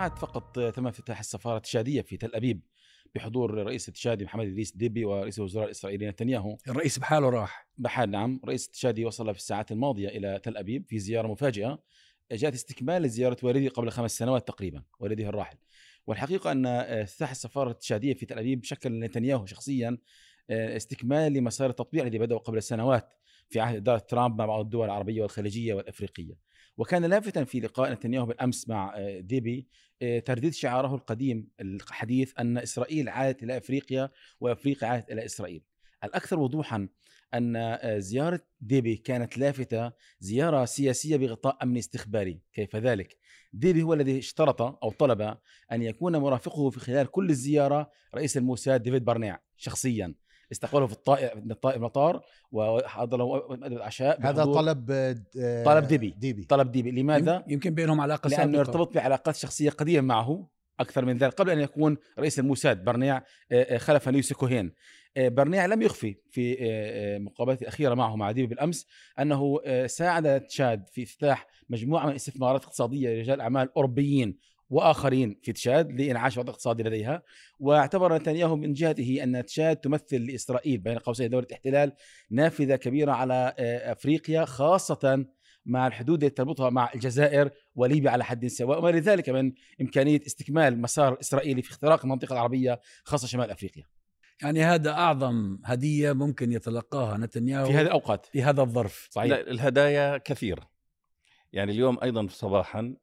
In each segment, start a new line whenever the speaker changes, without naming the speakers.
ساعات فقط تم افتتاح السفارة التشادية في تل أبيب بحضور رئيس التشادي محمد إدريس ديبي ورئيس الوزراء الإسرائيلي نتنياهو.
الرئيس بحاله راح
بحال نعم. رئيس التشادي وصل في الساعات الماضية إلى تل أبيب في زيارة مفاجئة جاءت استكمال لزيارة والدي قبل 5 سنوات تقريبا، والده الراحل. والحقيقة أن افتتاح السفارة التشادية في تل أبيب شكل نتنياهو شخصيا استكمال لمسار التطبيع الذي بدأ قبل سنوات في عهد إدارة ترامب مع بعض الدول العربية والخليجية والأفريقية. وكان لافتا في لقاء نتنياهو بالأمس مع ديبي ترديد شعاره القديم الحديث أن إسرائيل عادت إلى أفريقيا وأفريقيا عادت إلى إسرائيل. الأكثر وضوحا أن زيارة ديبي كانت لافتة، زيارة سياسية بغطاء أمني استخباري. كيف ذلك؟ ديبي هو الذي اشترط أو طلب أن يكون مرافقه في خلال كل الزيارة رئيس الموساد ديفيد بارنيع شخصيا. استقبله في المطار وحضروا العشاء.
هذا طلب
ديبي. طلب ديبي. لماذا؟
يمكن بينهم علاقة
لأنه
سابقة،
يرتبط بعلاقات شخصية قديمة معه أكثر من ذلك. قبل أن يكون رئيس الموساد بارنيع خلف ليوسي كوهين. بارنيع لم يخفي في مقابلته الأخيرة معه مع ديبي بالأمس أنه ساعد تشاد في افتتاح مجموعة من استثمارات اقتصادية لرجال أعمال أوروبيين وآخرين في تشاد لإنعاش وضع اقتصادي لديها. واعتبر نتنياهو من جهته أن تشاد تمثل لإسرائيل بين قوسين دولة احتلال نافذة كبيرة على أفريقيا، خاصة مع الحدود التي تربطها مع الجزائر وليبيا على حد سواء، وما لذلك من إمكانية استكمال مسار إسرائيلي في اختراق المنطقة العربية خاصة شمال أفريقيا.
يعني هذا أعظم هدية ممكن يتلقاها نتنياهو
في هذه الأوقات،
في هذا الظرف.
صحيح.
لا، الهدايا كثيرة. يعني اليوم أيضا صباحا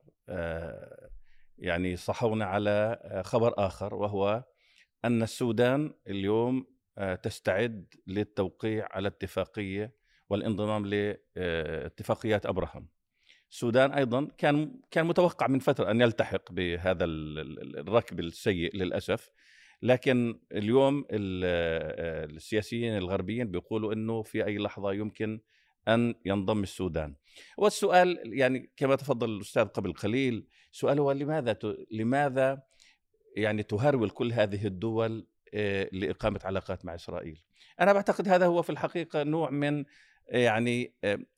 يعني صحونا على خبر آخر، وهو أن السودان اليوم تستعد للتوقيع على اتفاقية والانضمام لاتفاقيات أبراهام. السودان أيضا كان متوقع من فترة أن يلتحق بهذا الركب السيء للأسف، لكن اليوم السياسيين الغربيين بيقولوا أنه في أي لحظة يمكن أن ينضم السودان. والسؤال يعني كما تفضل الأستاذ قبل قليل، سؤال هو لماذا يعني تهرول كل هذه الدول لإقامة علاقات مع إسرائيل؟ أنا بعتقد هذا هو في الحقيقة نوع من يعني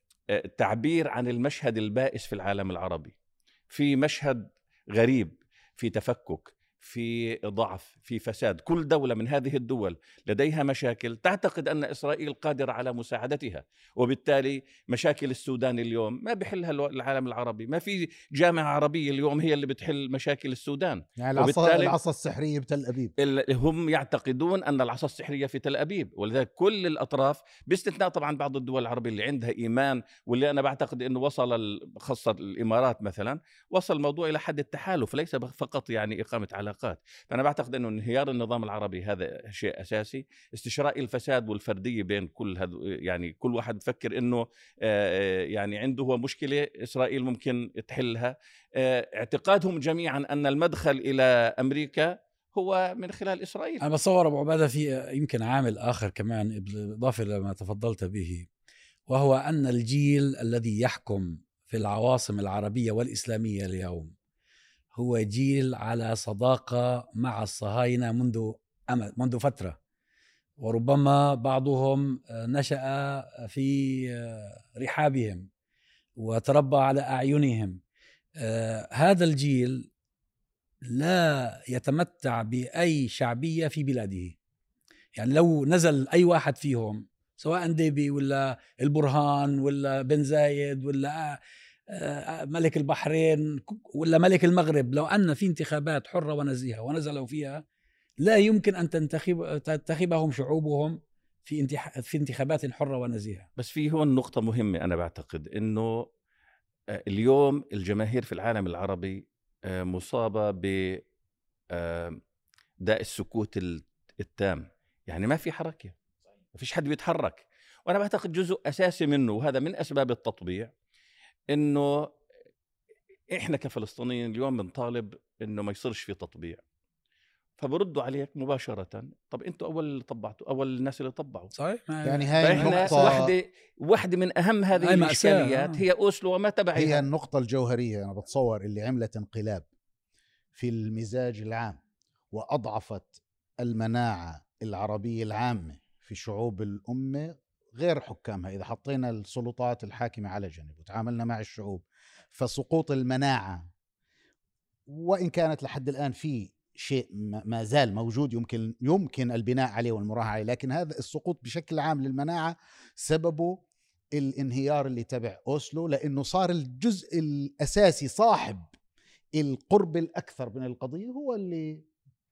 تعبير عن المشهد البائس في العالم العربي، في مشهد غريب، في تفكك، في ضعف، في فساد. كل دولة من هذه الدول لديها مشاكل تعتقد أن إسرائيل قادرة على مساعدتها، وبالتالي مشاكل السودان اليوم ما بيحلها العالم العربي. ما في جامعة عربية اليوم هي اللي بتحل مشاكل السودان.
يعني
وبالتالي
العصا السحرية بتل أبيب،
هم يعتقدون أن العصا السحرية في تل أبيب. ولذلك كل الأطراف باستثناء طبعا بعض الدول العربية اللي عندها إيمان، واللي أنا بعتقد أنه وصل، خاصة الإمارات مثلا، وصل الموضوع إلى حد التحالف، ليس فقط يعني إقامة علاقات. فأنا بعتقد أنه انهيار النظام العربي هذا شيء أساسي. استشراء الفساد والفردية بين يعني كل واحد بفكر أنه يعني عنده هو مشكلة إسرائيل ممكن تحلها. اعتقادهم جميعا أن المدخل إلى أمريكا هو من خلال إسرائيل.
أنا بتصور أبو عبادة في يمكن عامل آخر كمان بالإضافة لما تفضلت به، وهو أن الجيل الذي يحكم في العواصم العربية والإسلامية اليوم هو جيل على صداقة مع الصهاينة منذ فترة، وربما بعضهم نشأ في رحابهم وتربى على أعينهم. هذا الجيل لا يتمتع بأي شعبية في بلاده. يعني لو نزل أي واحد فيهم، سواء ديبي ولا البرهان ولا بن زايد ولا ملك البحرين ولا ملك المغرب، لو أن في انتخابات حرة ونزيهة ونزلوا فيها، لا يمكن أن تنتخبهم شعوبهم في انتخابات حرة ونزيهة.
بس في هون نقطة مهمة، أنا بعتقد أنه اليوم الجماهير في العالم العربي مصابة بداء السكوت التام. يعني ما في حركة، ما فيش حد بيتحرك. وأنا بعتقد جزء أساسي منه، وهذا من أسباب التطبيع، إنه إحنا كفلسطينيين اليوم بنطالب إنه ما يصيرش في تطبيع، فبردوا عليك مباشرة: طب أنتوا أول اللي طبعتوا، أول الناس اللي طبعوا.
صحيح.
يعني هاي
النقطة واحدة من أهم هذه الإشكاليات هي أوسلو وما تبعها.
هي النقطة الجوهرية أنا بتصور اللي عملت انقلاب في المزاج العام وأضعفت المناعة العربية العامة في شعوب الأمة غير حكامها. إذا حطينا السلطات الحاكمة على جنب وتعاملنا مع الشعوب، فسقوط المناعة وإن كانت لحد الآن في شيء ما زال موجود يمكن البناء عليه والمراهنة عليه، لكن هذا السقوط بشكل عام للمناعة سببه الانهيار اللي تبع أوسلو، لأنه صار الجزء الأساسي صاحب القرب الأكثر من القضية هو اللي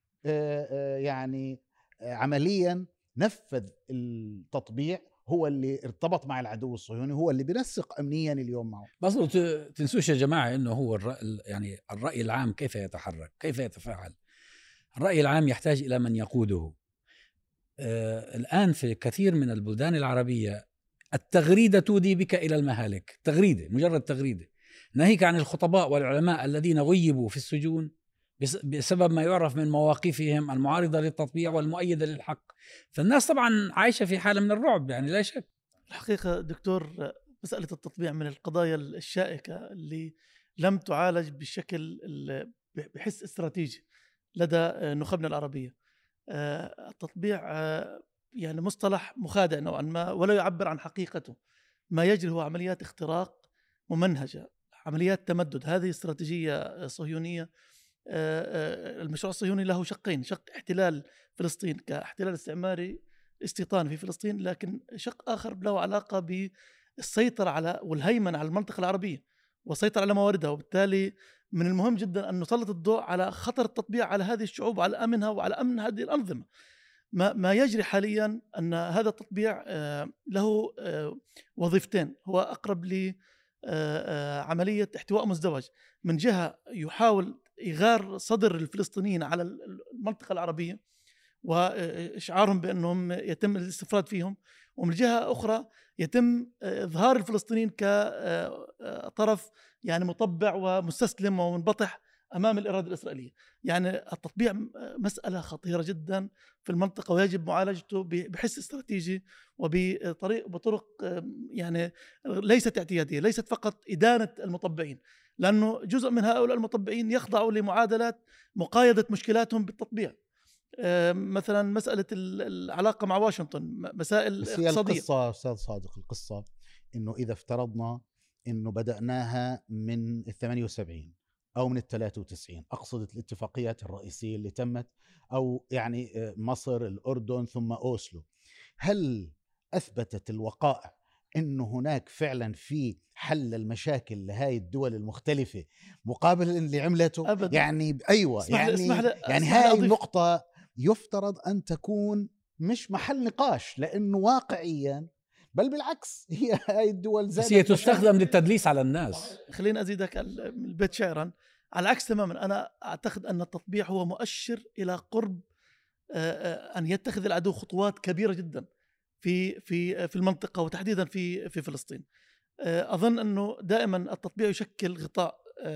يعني عمليا نفذ التطبيع، هو اللي ارتبط مع العدو الصهيوني، هو اللي بينسق أمنيا اليوم معه.
بس تنسوش يا جماعة إنه هو يعني الرأي العام كيف يتحرك، كيف يتفاعل. الرأي العام يحتاج إلى من يقوده. الآن في كثير من البلدان العربية التغريدة تودي بك إلى المهالك، تغريدة، مجرد تغريدة، ناهيك عن الخطباء والعلماء الذين غيبوا في السجون بسبب ما يعرف من مواقفهم المعارضة للتطبيع والمؤيدة للحق. فالناس طبعا عايشة في حالة من الرعب، يعني لا شك.
الحقيقة دكتور، مسألة التطبيع من القضايا الشائكة اللي لم تعالج بالشكل بحس استراتيجي لدى نخبنا العربية. التطبيع يعني مصطلح مخادع نوعا ما ولا يعبر عن حقيقته. ما يجري هو عمليات اختراق ممنهجة، عمليات تمدد. هذه استراتيجية صهيونية. المشروع الصهيوني له شقين: شق احتلال فلسطين كاحتلال استعماري استيطاني في فلسطين، لكن شق آخر له علاقة بالسيطرة على والهيمنة على المنطقة العربية والسيطرة على مواردها. وبالتالي من المهم جدا أن نسلط الضوء على خطر التطبيع على هذه الشعوب وعلى أمنها وعلى أمن هذه الأنظمة. ما يجري حاليا أن هذا التطبيع له وظيفتين. هو أقرب لعملية احتواء مزدوج. من جهة يحاول إغار صدر الفلسطينيين على المنطقة العربية وإشعارهم بأنهم يتم الاستفراد فيهم، ومن جهة أخرى يتم إظهار الفلسطينيين كطرف يعني مطبع ومستسلم ومنبطح أمام الإرادة الإسرائيلية. يعني التطبيع مسألة خطيرة جدا في المنطقة، ويجب معالجته بحس استراتيجي وبطرق يعني ليست اعتيادية، ليست فقط إدانة المطبعين، لأنه جزء من هؤلاء المطبعين يخضعوا لمعادلات مقايضة مشكلاتهم بالتطبيع. مثلا مسألة العلاقة مع واشنطن، مسائل اقتصادية.
القصة أستاذ صادق، القصة إنه إذا افترضنا إنه بدأناها من 78 أو من 93، أقصد الاتفاقيات الرئيسية اللي تمت، أو يعني مصر، الأردن، ثم أوسلو، هل أثبتت الوقائع إنه هناك فعلا في حل المشاكل لهاي الدول المختلفة مقابل اللي عملته؟
أبداً.
يعني أيوة، يعني هاي النقطة يفترض أن تكون مش محل نقاش، لأنه واقعيا بل بالعكس هي هاي الدول
بس هي تستخدم للتدليس على الناس.
خليني أزيدك البيت شعرا، على العكس تماما. أنا أعتقد أن التطبيع هو مؤشر إلى قرب أن يتخذ العدو خطوات كبيرة جدا في المنطقة وتحديدا في فلسطين. أظن أنه دائما التطبيع يشكل غطاء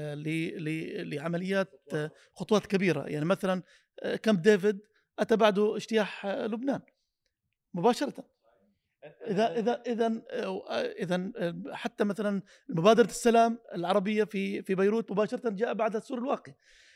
لعمليات خطوات كبيرة. يعني مثلا كامب ديفيد أتى بعده اجتياح لبنان مباشرة. إذا حتى مثلا مبادرة السلام العربية في بيروت مباشرة جاء بعد السور الواقع.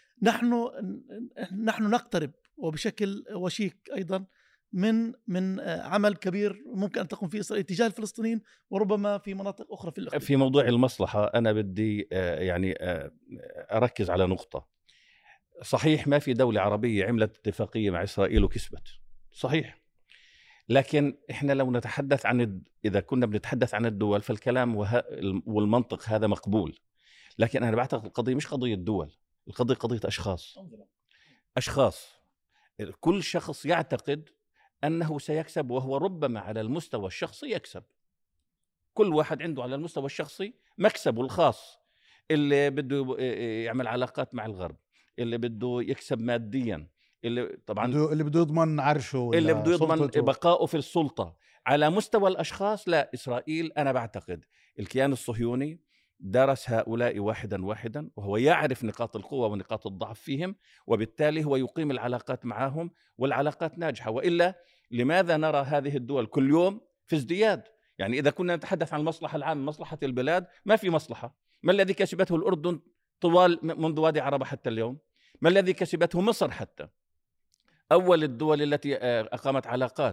نحن نقترب وبشكل وشيك أيضا من عمل كبير ممكن أن تقوم فيه إسرائيل تجاه الفلسطينيين، وربما في مناطق أخرى في الإقليم.
في موضوع المصلحة أنا بدي يعني أركز على نقطة. صحيح ما في دولة عربية عملت اتفاقية مع إسرائيل وكسبت، صحيح، لكن إحنا لو نتحدث إذا كنا بنتحدث عن الدول فالكلام والمنطق هذا مقبول، لكن أنا بعتقد القضية مش قضية دول، القضية قضية أشخاص. كل شخص يعتقد أنه سيكسب، وهو ربما على المستوى الشخصي يكسب. كل واحد عنده على المستوى الشخصي مكسبه الخاص، اللي بده يعمل علاقات مع الغرب، اللي بده يكسب ماديا، اللي طبعا
اللي بده يضمن عرشه،
اللي بده يضمن
سلطته،
بقائه في السلطة. على مستوى الأشخاص لا، إسرائيل أنا بعتقد الكيان الصهيوني درس هؤلاء واحدا واحدا، وهو يعرف نقاط القوة ونقاط الضعف فيهم، وبالتالي هو يقيم العلاقات معهم، والعلاقات ناجحة. وإلا لماذا نرى هذه الدول كل يوم في ازدياد؟ يعني إذا كنا نتحدث عن المصلحة العامة، مصلحة البلاد، ما في مصلحة. ما الذي كسبته الأردن طوال منذ وادي عربة حتى اليوم؟ ما الذي كسبته مصر حتى؟ أول الدول التي أقامت علاقات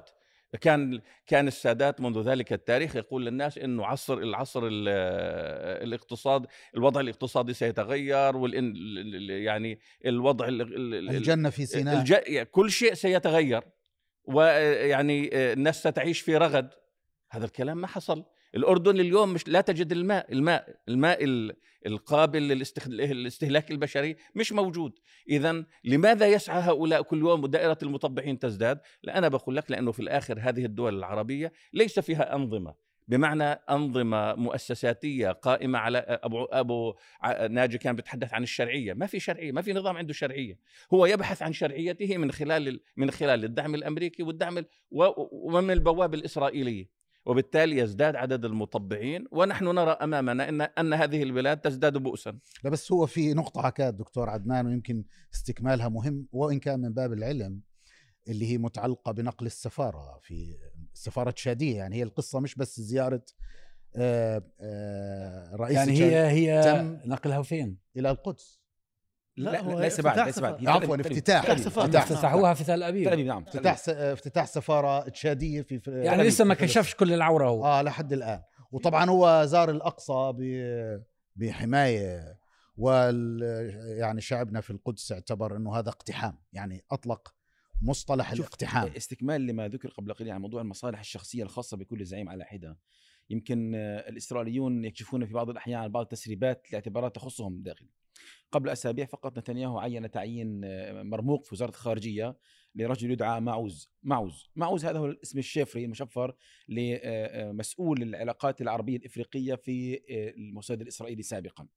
كان السادات منذ ذلك التاريخ يقول للناس انه العصر الاقتصاد، الوضع الاقتصادي سيتغير، يعني الوضع
الجنة في سيناء،
كل شيء سيتغير، ويعني الناس ستعيش في رغد. هذا الكلام ما حصل. الأردن اليوم مش لا تجد الماء القابل للاستهلاك البشري مش موجود. إذن لماذا يسعى هؤلاء كل يوم ودائرة المطبعين تزداد؟ لا، أنا بقول لك لأنه في الآخر هذه الدول العربية ليس فيها أنظمة، بمعنى أنظمة مؤسساتية قائمة على أبو ناجي كان بيتحدث عن الشرعية. ما في شرعية، ما في نظام عنده شرعية. هو يبحث عن شرعيته من خلال الدعم الأمريكي والدعم ومن البوابة الإسرائيلية، وبالتالي يزداد عدد المطبعين، ونحن نرى أمامنا أن هذه البلاد تزداد بؤسا.
لا بس هو في نقطة حكاها الدكتور عدنان ويمكن استكمالها مهم، وإن كان من باب العلم، اللي هي متعلقة بنقل السفارة في سفارة تشادية. يعني هي القصة مش بس زيارة رئيس
يعني هي تم نقلها فين؟
إلى القدس.
لا ليس بعد
عفوا
افتتحوها في تل أبيب.
نعم،
افتتاح سفارة تشادية في
يعني لسه ما كشفش كل العورة هو
لحد الآن. وطبعا هو زار الأقصى بحماية، يعني شعبنا في القدس اعتبر أنه هذا اقتحام، يعني أطلق مصطلح الاقتحام.
استكمال لما ذكر قبل قليل عن موضوع المصالح الشخصية الخاصة بكل زعيم على حدة، يمكن الإسرائيليون يكشفون في بعض الأحيان عن بعض التسريبات لاعتبارات تخصهم داخل. قبل أسابيع فقط نتنياهو عين تعيين مرموق في وزارة الخارجية لرجل يدعى معوز. هذا هو الاسم الشفري المشفر لمسؤول العلاقات العربية الإفريقية في الموساد الإسرائيلي سابقا.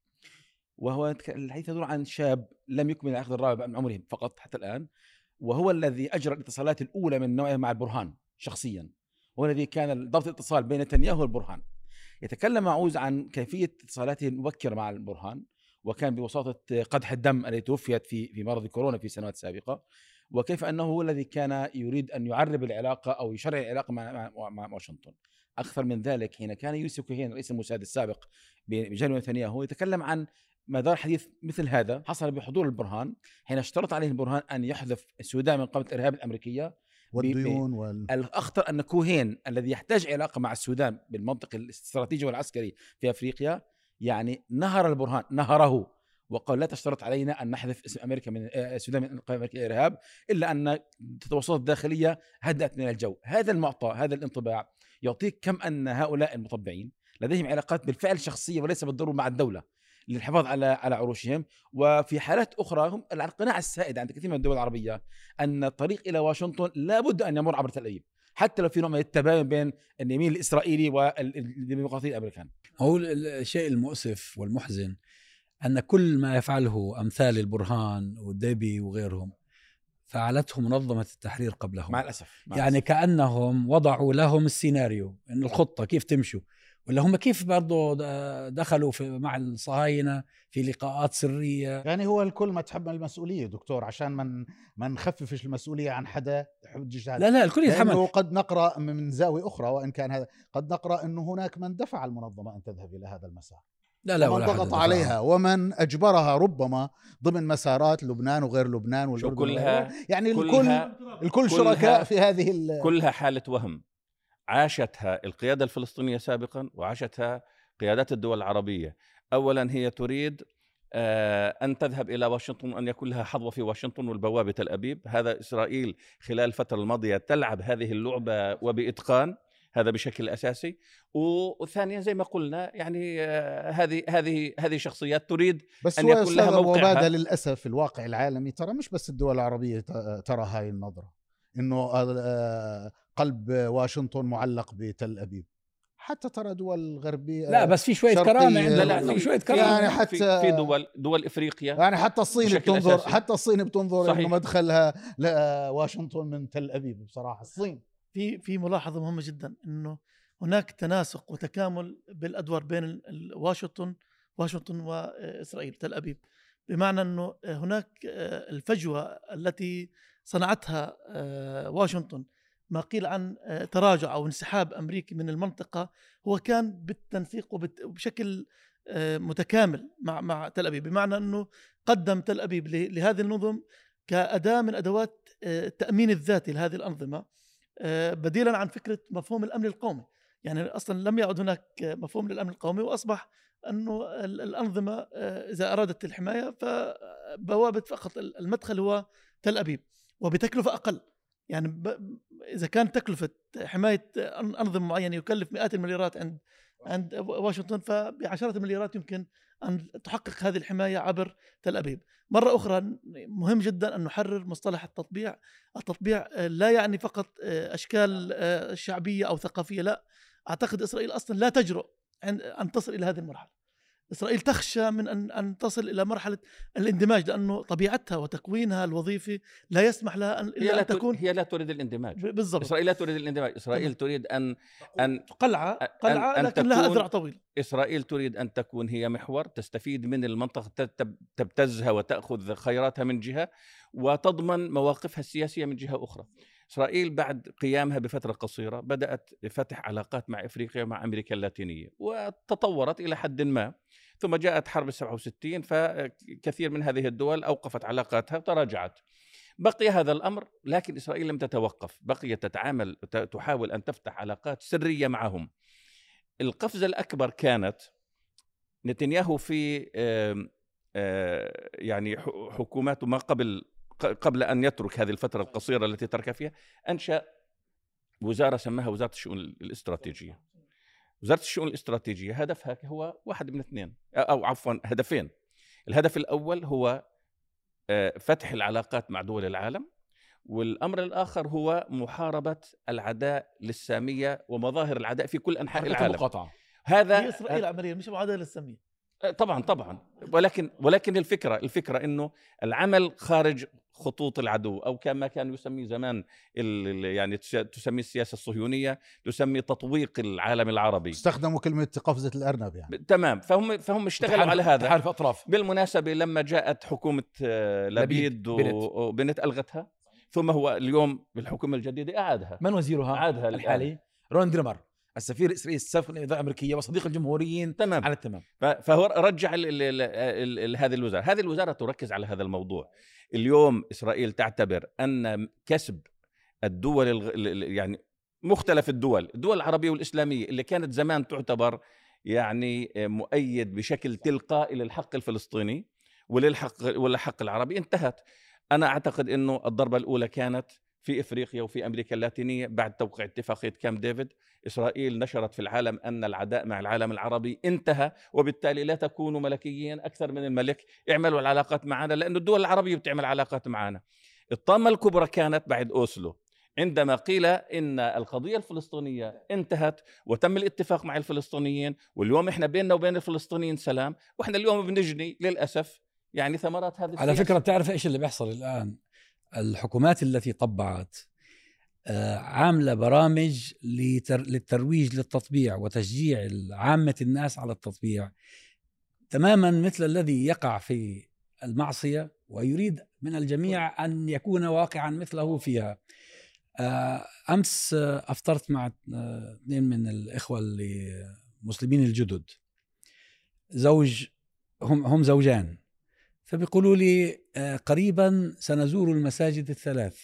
وهو الحديث يدور عن شاب لم يكمل العقد الرابع من عمره فقط حتى الآن، وهو الذي أجرى الاتصالات الأولى من نوعها مع البرهان شخصيا، هو الذي كان ضبط الاتصال بين نتنياهو والبرهان. يتكلم معوز عن كيفية اتصالاته المبكرة مع البرهان، وكان بوساطة قدح الدم التي توفيت في مرض كورونا في سنوات سابقة، وكيف أنه هو الذي كان يريد أن يعرب العلاقة أو يشرع العلاقة مع واشنطن. أكثر من ذلك، حين كان يوسف كوهين رئيس الموساد السابق بجانب نتنياهو يتكلم عن مدار حديث مثل هذا حصل بحضور البرهان، حين اشترط عليه البرهان أن يحذف السودان من قائمة الإرهاب الأمريكية
والديون
الأخطر أن كوهين الذي يحتاج علاقة مع السودان بالمنطق الاستراتيجي والعسكري في أفريقيا، يعني نهر البرهان نهره وقال لا تشترط علينا أن نحذف اسم أمريكا من السودان من قائمة الإرهاب إلا أن التواصلات الداخلية هدأت من الجو. هذا المعطى، هذا الانطباع يعطيك كم أن هؤلاء المطبعين لديهم علاقات بالفعل شخصية وليس بالضرورة مع الدولة للحفاظ على عروشهم. وفي حالات أخرى هم القناعة السائدة عند كثير من الدول العربية أن الطريق إلى واشنطن لابد أن يمر عبر تل أبيب، حتى لو في نوع من التباين بين اليمين الإسرائيلي والديمقراطية الأمريكان.
هو الشيء المؤسف والمحزن أن كل ما يفعله أمثال البرهان والديبي وغيرهم فعلته منظمة التحرير قبلهم،
مع الأسف.
يعني كأنهم وضعوا لهم السيناريو إن الخطة كيف تمشوا، ولا هم كيف برضو دخلوا مع الصهاينة في لقاءات سرية.
يعني هو الكل ما تحمل المسؤولية دكتور، عشان ما نخففش المسؤولية عن حدا يحجج هذا.
لا الكل يتحمل.
قد نقرأ من زاوية أخرى، وإن كان هذا قد نقرأ أنه هناك من دفع المنظمة أن تذهب إلى هذا المسار، ومن ضغط عليها ومن أجبرها ربما ضمن مسارات لبنان وغير لبنان والأردن.
كلها
يعني الكل شركاء في هذه
كلها حالة وهم عاشتها القيادة الفلسطينية سابقا وعاشتها قيادات الدول العربية. أولا هي تريد أن تذهب إلى واشنطن، أن يكون لها حظوة في واشنطن والبوابة تل أبيب. هذا إسرائيل خلال الفترة الماضية تلعب هذه اللعبة وبإتقان، هذا بشكل أساسي. وثانيا زي ما قلنا يعني هذه شخصيات تريد
بس
أن يكون لها موقعها.
وبعد للأسف الواقع العالمي ترى مش بس الدول العربية ترى هاي النظرة إنه قلب واشنطن معلق بتل أبيب، حتى ترى دول غربية.
لا بس في شوية كرامة عندنا، في شوية كرامة
يعني حتى
في دول إفريقيا،
يعني حتى الصين بتنظر إنه مدخلها لواشنطن من تل أبيب. بصراحة الصين
في ملاحظة مهمة جدا، إنه هناك تناسق وتكامل بالأدوار بين واشنطن وإسرائيل تل أبيب، بمعنى أنه هناك الفجوة التي صنعتها واشنطن، ما قيل عن تراجع أو انسحاب أمريكي من المنطقة، هو كان بالتنسيق وبشكل متكامل مع تل أبيب، بمعنى أنه قدم تل أبيب لهذه النظم كأداة من أدوات التأمين الذاتي لهذه الأنظمة، بديلا عن فكرة مفهوم الأمن القومي. يعني أصلا لم يعد هناك مفهوم للأمن القومي، وأصبح أنه الأنظمة إذا أرادت الحماية فبوابة فقط المدخل هو تل أبيب وبتكلفة أقل. يعني إذا كان تكلفة حماية أنظمة معينة يكلف مئات المليارات عند واشنطن، فبعشرات المليارات يمكن أن تحقق هذه الحماية عبر تل أبيب. مرة أخرى مهم جدا أن نحرر مصطلح التطبيع. التطبيع لا يعني فقط أشكال شعبية أو ثقافية، لا، أعتقد إسرائيل أصلا لا تجرؤ أن تصل إلى هذه المرحلة. إسرائيل تخشى من أن تصل إلى مرحلة الاندماج، لأنه طبيعتها وتكوينها الوظيفي لا يسمح لها إلا أن تكون.
هي لا تريد الاندماج
بالضبط.
إسرائيل لا تريد الاندماج. إسرائيل تريد أن
قلعة لكن لها أذرع طويلة.
إسرائيل تريد أن تكون هي محور تستفيد من المنطقة، تبتزها وتأخذ خيراتها من جهة وتضمن مواقفها السياسية من جهة أخرى. إسرائيل بعد قيامها بفترة قصيرة بدأت فتح علاقات مع إفريقيا ومع أمريكا اللاتينية، وتطورت إلى حد ما، ثم جاءت حرب 67 فكثير من هذه الدول أوقفت علاقاتها وتراجعت. بقي هذا الأمر، لكن إسرائيل لم تتوقف، بقيت تتعامل تحاول أن تفتح علاقات سرية معهم. القفزة الأكبر كانت نتنياهو في يعني حكوماته ما قبل أن يترك هذه الفترة القصيرة التي ترك فيها، أنشأ وزارة سماها وزارة الشؤون الاستراتيجية. وزارة الشؤون الاستراتيجية هدفها هو واحد من اثنين، أو عفوا هدفين. الهدف الأول هو فتح العلاقات مع دول العالم، والأمر الآخر هو محاربة العداء للسامية ومظاهر العداء في كل أنحاء العالم.
المقاطعة.
هذا إسرائيل عمليا مش معادلة للسامية
طبعا، ولكن الفكرة إنه العمل خارج خطوط العدو، أو كما كان يسمي زمان يعني تسمي السياسة الصهيونية تسمي تطويق العالم العربي.
استخدموا كلمة قفزة الأرنب يعني.
تمام. فهم اشتغلوا على هذا.
تحالف أطراف.
بالمناسبة لما جاءت حكومة لبيد وبنت ألغتها، ثم هو اليوم بالحكومة الجديدة أعادها.
من وزيرها؟
أعادها
الحالي رون دريمر، السفير الإسرائيلي السابق للإدارة الأمريكية وصديق الجمهوريين.
تمام.
على التمام.
فهو رجع هذه الوزارة. هذه الوزارة تركز على هذا الموضوع. اليوم إسرائيل تعتبر أن كسب الدول يعني مختلف الدول العربية والإسلامية اللي كانت زمان تعتبر يعني مؤيد بشكل تلقائي للحق الفلسطيني وللحق العربي، انتهت. أنا أعتقد أنه الضربة الأولى كانت في إفريقيا وفي أمريكا اللاتينية بعد توقيع اتفاقية كامب ديفيد. إسرائيل نشرت في العالم أن العداء مع العالم العربي انتهى، وبالتالي لا تكونوا ملكيين أكثر من الملك، اعملوا العلاقات معنا، لأن الدول العربية بتعمل علاقات معنا. الطامة الكبرى كانت بعد أوسلو، عندما قيل إن القضية الفلسطينية انتهت وتم الاتفاق مع الفلسطينيين، واليوم إحنا بيننا وبين الفلسطينيين سلام، وإحنا اليوم بنجني للأسف يعني ثمرات هذه
على فكرة بتعرف إيش اللي بيحصل الآن؟ الحكومات التي طبعت عاملة برامج للترويج للتطبيع وتشجيع عامة الناس على التطبيع، تماما مثل الذي يقع في المعصية ويريد من الجميع أن يكون واقعا مثله فيها. أمس أفطرت مع اثنين من الإخوة المسلمين الجدد، هم زوجان، فبيقولوا لي قريبا سنزور المساجد الثلاث.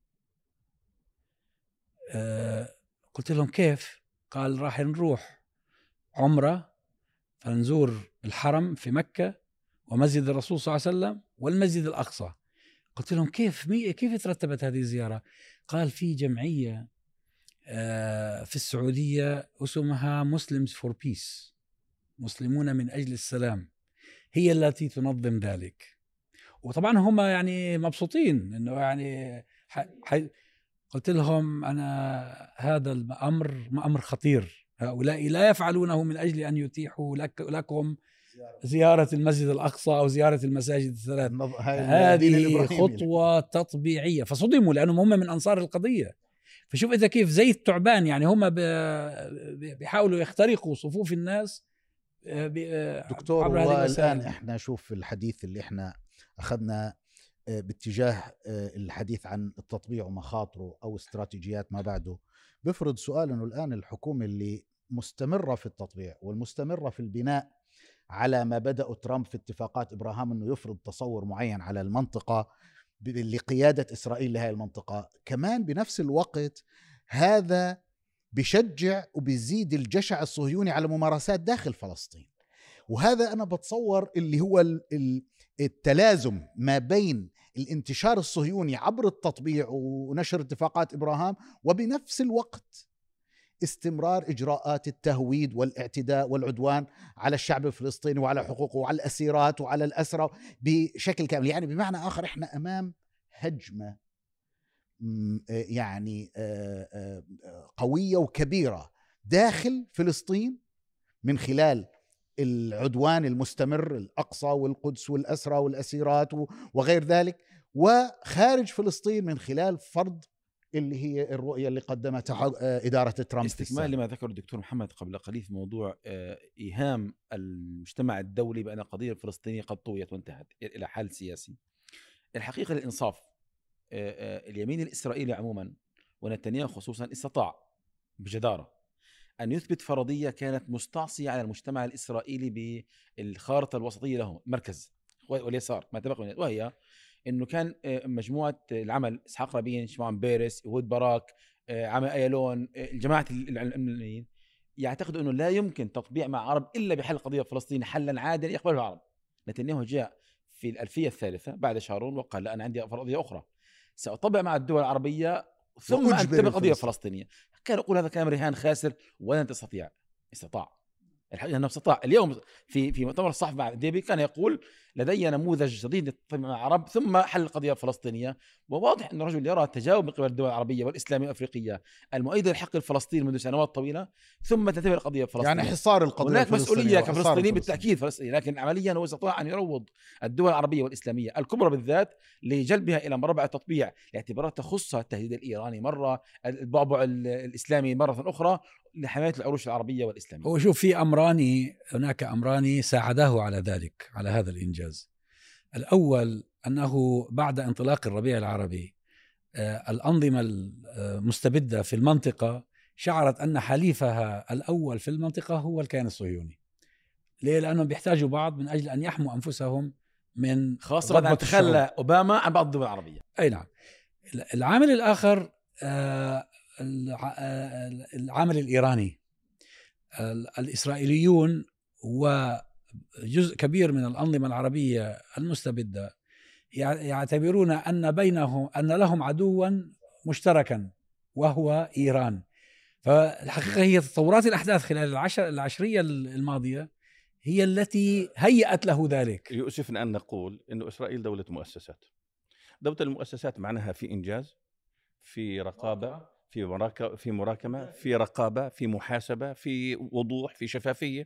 قلت لهم كيف؟ قال راح نروح عمرة فنزور الحرم في مكة ومسجد الرسول صلى الله عليه وسلم والمسجد الأقصى. قلت لهم كيف ترتبت هذه الزيارة؟ قال في جمعية في السعودية اسمها Muslims for Peace، مسلمون من أجل السلام، هي التي تنظم ذلك. وطبعا هم يعني مبسوطين انه يعني قلت لهم انا هذا الامر خطير، هؤلاء لا يفعلونه من اجل ان يتيحوا لكم زيارة المسجد الأقصى أو زيارة المساجد الثلاث، هذه خطوة تطبيعية. فصدموا لأنهم هم من أنصار القضية. فشوف إذا كيف زي الثعبان، يعني هم بيحاولوا يخترقوا صفوف الناس.
دكتور، والآن احنا شوف الحديث اللي احنا أخذنا باتجاه الحديث عن التطبيع ومخاطره أو استراتيجيات ما بعده، بفرض سؤال أنه الآن الحكومة اللي مستمرة في التطبيع والمستمرة في البناء على ما بدأ ترامب في اتفاقات إبراهام أنه يفرض تصور معين على المنطقة لقيادة إسرائيل لهذه المنطقة، كمان بنفس الوقت هذا بشجع وبيزيد الجشع الصهيوني على ممارسات داخل فلسطين. وهذا أنا بتصور اللي هو التلازم ما بين الانتشار الصهيوني عبر التطبيع ونشر اتفاقات إبراهام، وبنفس الوقت استمرار إجراءات التهويد والاعتداء والعدوان على الشعب الفلسطيني وعلى حقوقه وعلى الأسيرات وعلى الأسرى بشكل كامل. يعني بمعنى آخر إحنا أمام هجمة يعني قوية وكبيرة داخل فلسطين من خلال العدوان المستمر الأقصى والقدس والأسرى والأسيرات وغير ذلك، وخارج فلسطين من خلال فرض اللي هي الرؤية اللي قدمتها إدارة ترامب.
استكمال لما ذكر الدكتور محمد قبل قليل في موضوع إيهام المجتمع الدولي بأن القضية الفلسطينية قد طويت وانتهت إلى حل سياسي. الحقيقة للإنصاف اليمين الإسرائيلي عموما ونتنياهو خصوصا استطاع بجدارة أن يثبت فرضية كانت مستعصية على المجتمع الإسرائيلي بالخارطة الوسطية له مركز واليسار ما تبقى، وهي أنه كان مجموعة العمل إسحاق رابين، شمعون بيرس، يهود باراك، عمي أيالون، الجماعة العلمانيين يعتقدوا أنه لا يمكن تطبيع مع عرب إلا بحل القضية الفلسطينية حلا عادلا يقبله العرب. نتنياهو جاء في الألفية الثالثة بعد شارون وقال لا، أنا عندي فرضية أخرى، سأطبع مع الدول العربية ثم أنتبه القضية الفلسطينية. كان يقول هذا كلام رهان خاسر ولن تستطيع. استطاع الحقيقة أنه استطاع. اليوم في مؤتمر الصحفي مع ديبي كان يقول لدي نموذج جديد للتطبيع مع العرب ثم حل القضية الفلسطينية، وواضح أن الرجل يرى تجاوب من قبل الدول العربية والإسلامية والأفريقية المؤيدة للحق الفلسطيني منذ سنوات طويلة ثم تنتبه القضية الفلسطينية.
يعني حصار القضية
هناك مسؤولية كفلسطينيين بالتأكيد
فلسطين.
لكن عمليا هو استطاع أن يروض الدول العربية والإسلامية الكبرى بالذات لجلبها إلى مربع التطبيع لاعتبارات تخصها التهديد الإيراني مرة، البعبع الإسلامي مرة أخرى، لحماية العروش العربية والإسلامية.
هو شوف، هناك أمران ساعداه على ذلك، على هذا الإنجاز. الأول أنه بعد انطلاق الربيع العربي الأنظمة المستبدة في المنطقة شعرت أن حليفها الأول في المنطقة هو الكيان الصهيوني. ليه؟ لأنهم بيحتاجوا بعض من أجل أن يحموا أنفسهم من
خاصة بعد أن تخلى أوباما عن بعض الدول العربية.
أي نعم. العامل الآخر العامل الإيراني. الإسرائيليون وجزء كبير من الأنظمة العربية المستبدة يعتبرون أن لهم عدوا مشتركا وهو إيران. فالحقيقة هي تطورات الأحداث خلال العشرية الماضية هي التي هيأت له ذلك.
يؤسفنا أن نقول أن إسرائيل دولة مؤسسات. دولة المؤسسات معناها في إنجاز، في رقابة، في مراكمة، في رقابة، في محاسبة، في وضوح، في شفافية،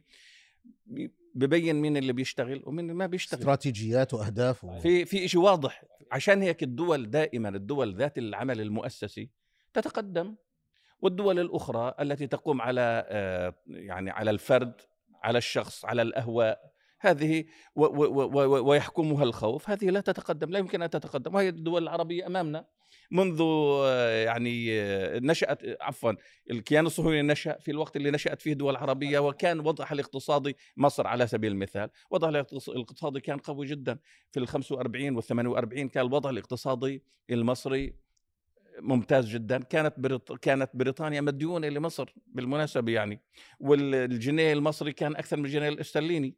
ببين مين اللي بيشتغل ومين ما بيشتغل،
استراتيجيات وأهداف
في شيء واضح. عشان هيك الدول دائما، الدول ذات العمل المؤسسي تتقدم، والدول الأخرى التي تقوم على يعني على الفرد، على الشخص، على الأهواء، هذه ويحكمها الخوف، هذه لا تتقدم، لا يمكن أن تتقدم. وهي الدول العربية أمامنا منذ يعني نشأت، عفوا، الكيان الصهيوني نشأ في الوقت اللي نشأت فيه دول عربية، وكان وضعها الاقتصادي، مصر على سبيل المثال، وضعها الاقتصادي كان قوي جدا في 45 وال48. كان الوضع الاقتصادي المصري ممتاز جدا. كانت بريطانيا مديونة لمصر بالمناسبة يعني، والجنيه المصري كان أكثر من الجنيه الاسترليني.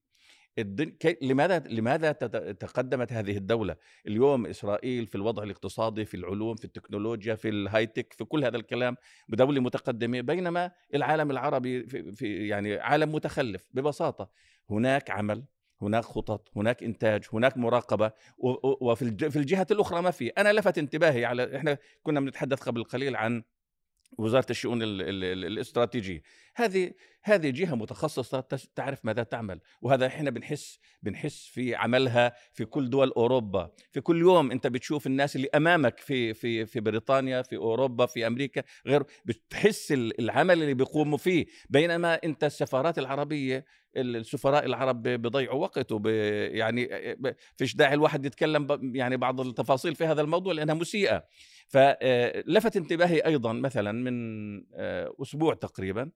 لماذا تقدمت هذه الدولة؟ اليوم إسرائيل في الوضع الاقتصادي، في العلوم، في التكنولوجيا، في الهايتك، في كل هذا الكلام بدولة متقدمة، بينما العالم العربي في يعني عالم متخلف. ببساطة هناك عمل، هناك خطط، هناك إنتاج، هناك مراقبة، وفي الجهة الأخرى ما في. أنا لفت انتباهي على، إحنا كنا بنتحدث قبل قليل عن وزارة الشؤون الاستراتيجية. هذه جهة متخصصة تعرف ماذا تعمل، وهذا احنا بنحس في عملها في كل دول أوروبا. في كل يوم أنت بتشوف الناس اللي أمامك في بريطانيا، في أوروبا، في أمريكا، غير، بتحس العمل اللي بيقوموا فيه. بينما أنت السفارات العربية، السفراء العرب بيضيعوا وقت، يعني فيش داعي الواحد يتكلم يعني بعض التفاصيل في هذا الموضوع لأنها مسيئة. فلفت انتباهي أيضا مثلا من أسبوع تقريبا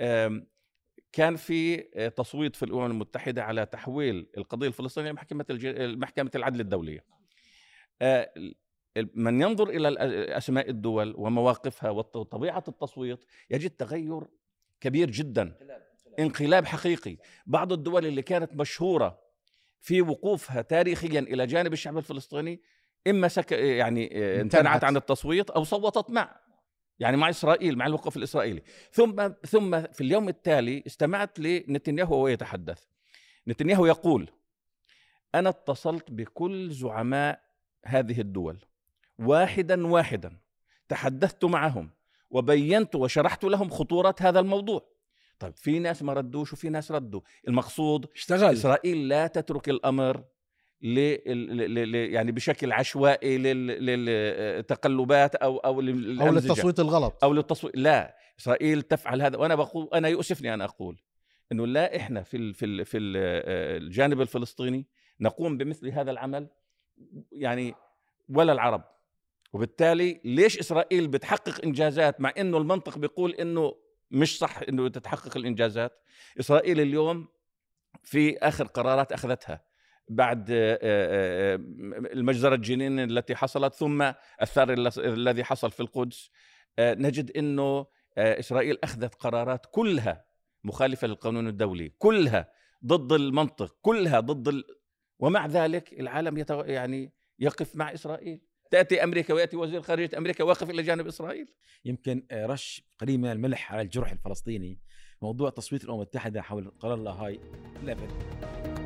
كان في تصويت في الأمم المتحدة على تحويل القضية الفلسطينية لمحكمة العدل الدولية. من ينظر إلى أسماء الدول ومواقفها وطبيعة التصويت يجد تغير كبير جدا، انقلاب حقيقي. بعض الدول اللي كانت مشهورة في وقوفها تاريخيا إلى جانب الشعب الفلسطيني إما يعني امتنعت عن التصويت أو صوتت مع إسرائيل، مع الوقوف الإسرائيلي. ثم في اليوم التالي استمعت لنتنياهو وهو يتحدث. نتنياهو يقول: أنا اتصلت بكل زعماء هذه الدول واحدا، تحدثت معهم وبينت وشرحت لهم خطورة هذا الموضوع. طيب في ناس ما ردوش وفي ناس ردوا. المقصود
اشتغل.
إسرائيل لا تترك الأمر يعني بشكل عشوائي للتقلبات أو
للتصويت الغلط
أو للتصويت. لا، إسرائيل تفعل هذا. وأنا بقول، أنا يؤسفني أن أقول إنه لا، إحنا في الجانب الفلسطيني نقوم بمثل هذا العمل يعني ولا العرب. وبالتالي ليش إسرائيل بتحقق إنجازات مع إنه المنطق بيقول إنه مش صح إنه تتحقق الإنجازات؟ إسرائيل اليوم في آخر قرارات أخذتها بعد المجزرة الجنين التي حصلت، ثم الثار الذي حصل في القدس، نجد إنه إسرائيل أخذت قرارات كلها مخالفة للقانون الدولي، كلها ضد المنطق، كلها ضد ومع ذلك العالم يعني يقف مع إسرائيل. تأتي أمريكا ويأتي وزير خارجية أمريكا واقف إلى جانب إسرائيل.
يمكن رش قليل من الملح على الجرح الفلسطيني موضوع تصويت الأمم المتحدة حول قرار لاهاي لافت.